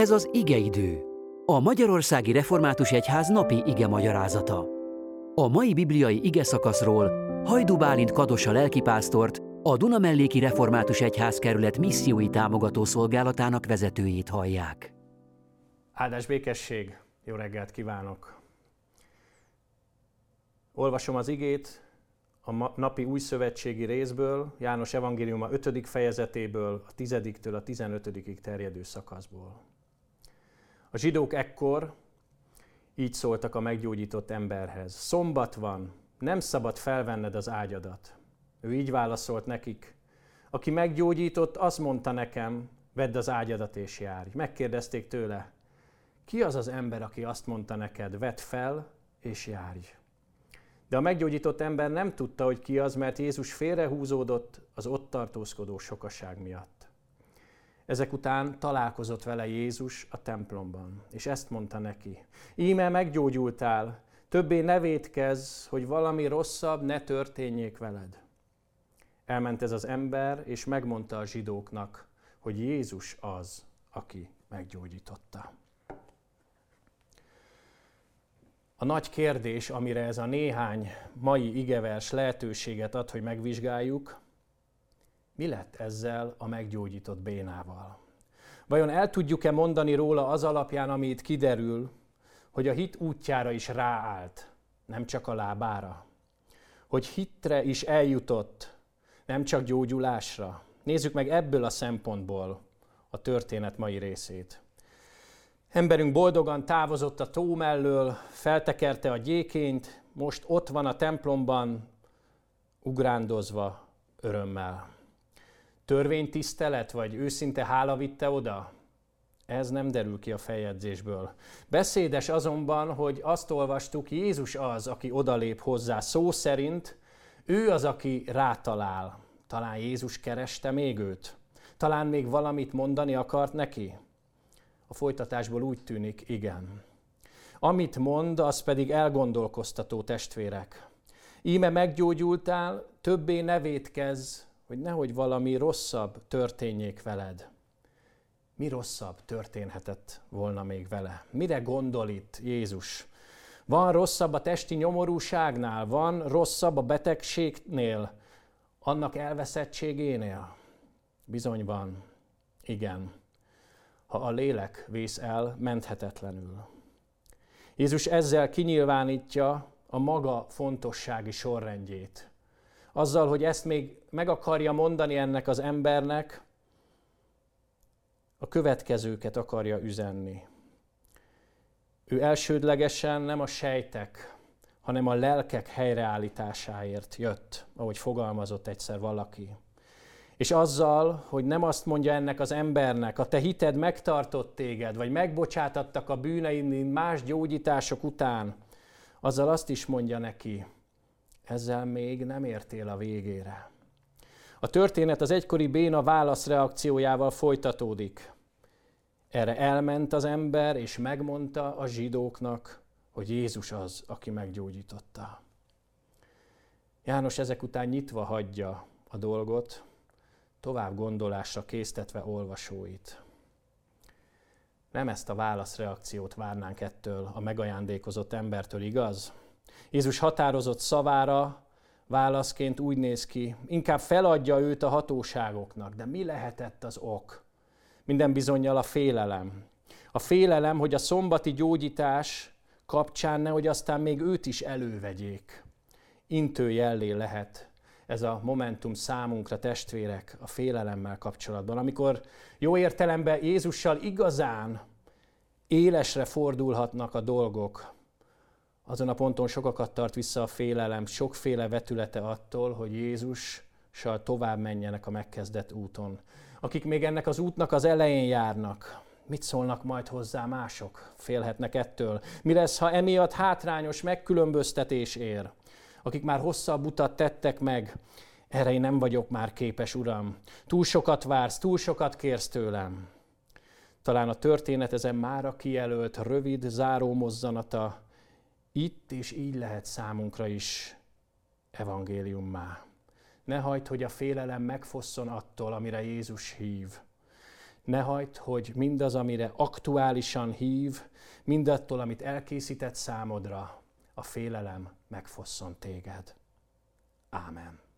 Ez az igeidő, a Magyarországi Református Egyház napi igemagyarázata. A mai bibliai igeszakaszról Hajdú Bálint Kadosa lelkipásztort, a Dunamelléki Református Egyházkerület missziói támogató szolgálatának vezetőjét hallják. Áldás békesség, jó reggelt kívánok! Olvasom az igét a napi újszövetségi részből, János evangéliuma 5. fejezetéből, a 10-től a 15-ig terjedő szakaszból. A zsidók ekkor így szóltak a meggyógyított emberhez. Szombat van, nem szabad felvenned az ágyadat. Ő így válaszolt nekik. Aki meggyógyított, azt mondta nekem, vedd az ágyadat és járj. Megkérdezték tőle, ki az az ember, aki azt mondta neked, vedd fel és járj. De a meggyógyított ember nem tudta, hogy ki az, mert Jézus félrehúzódott az ott tartózkodó sokaság miatt. Ezek után találkozott vele Jézus a templomban, és ezt mondta neki. Íme meggyógyultál, többé ne vétkezz, hogy valami rosszabb ne történjék veled. Elment ez az ember, és megmondta a zsidóknak, hogy Jézus az, aki meggyógyította. A nagy kérdés, amire ez a néhány mai igevers lehetőséget ad, hogy megvizsgáljuk, mi lett ezzel a meggyógyított bénával? Vajon el tudjuk-e mondani róla az alapján, ami itt kiderül, hogy a hit útjára is ráállt, nem csak a lábára? Hogy hitre is eljutott, nem csak gyógyulásra? Nézzük meg ebből a szempontból a történet mai részét. Emberünk boldogan távozott a tó mellől, feltekerte a gyékényt, most ott van a templomban, ugrándozva örömmel. Törvénytisztelet vagy őszinte hála vitte oda? Ez nem derül ki a feljegyzésből. Beszédes azonban, hogy azt olvastuk, Jézus az, aki odalép hozzá. Szó szerint ő az, aki rátalál. Talán Jézus kereste még őt? Talán még valamit mondani akart neki? A folytatásból úgy tűnik, igen. Amit mond, az pedig elgondolkoztató, testvérek. Íme meggyógyultál, többé ne vétkezz, hogy nehogy valami rosszabb történjék veled. Mi rosszabb történhetett volna még vele? Mire gondol itt Jézus? Van rosszabb a testi nyomorúságnál? Van rosszabb a betegségnél? Annak elveszettségénél? Bizony van. Igen. Ha a lélek vész el menthetetlenül. Jézus ezzel kinyilvánítja a maga fontossági sorrendjét. Azzal, hogy ezt még meg akarja mondani ennek az embernek, a következőket akarja üzenni. Ő elsődlegesen nem a sejtek, hanem a lelkek helyreállításáért jött, ahogy fogalmazott egyszer valaki. És azzal, hogy nem azt mondja ennek az embernek, a te hited megtartott téged, vagy megbocsátattak a bűneid, mint más gyógyítások után, azzal azt is mondja neki, ezzel még nem értél a végére. A történet az egykori béna válaszreakciójával folytatódik. Erre elment az ember, és megmondta a zsidóknak, hogy Jézus az, aki meggyógyította. János ezek után nyitva hagyja a dolgot, tovább gondolásra késztetve olvasóit. Nem ezt a válaszreakciót várnánk ettől a megajándékozott embertől, igaz? Jézus határozott szavára válaszként úgy néz ki, inkább feladja őt a hatóságoknak. De mi lehetett az ok? Minden bizonnyal a félelem. A félelem, hogy a szombati gyógyítás kapcsán nehogy aztán még őt is elővegyék. Intő jellé lehet ez a momentum számunkra, testvérek, a félelemmel kapcsolatban. Amikor jó értelemben Jézussal igazán élesre fordulhatnak a dolgok, azon a ponton sokakat tart vissza a félelem, sokféle vetülete attól, hogy Jézussal tovább menjenek a megkezdett úton. Akik még ennek az útnak az elején járnak, mit szólnak majd hozzá mások? Félhetnek ettől. Mi lesz, ha emiatt hátrányos megkülönböztetés ér? Akik már hosszabb utat tettek meg, erre én nem vagyok már képes, Uram. Túl sokat vársz, túl sokat kérsz tőlem. Talán a történet ezen mára kijelölt, rövid, záró mozzanata itt és így lehet számunkra is evangéliummá. Ne hagyd, hogy a félelem megfosszon attól, amire Jézus hív. Ne hagyd, hogy mindaz, amire aktuálisan hív, mindattól, amit elkészített számodra, a félelem megfosszon téged. Ámen.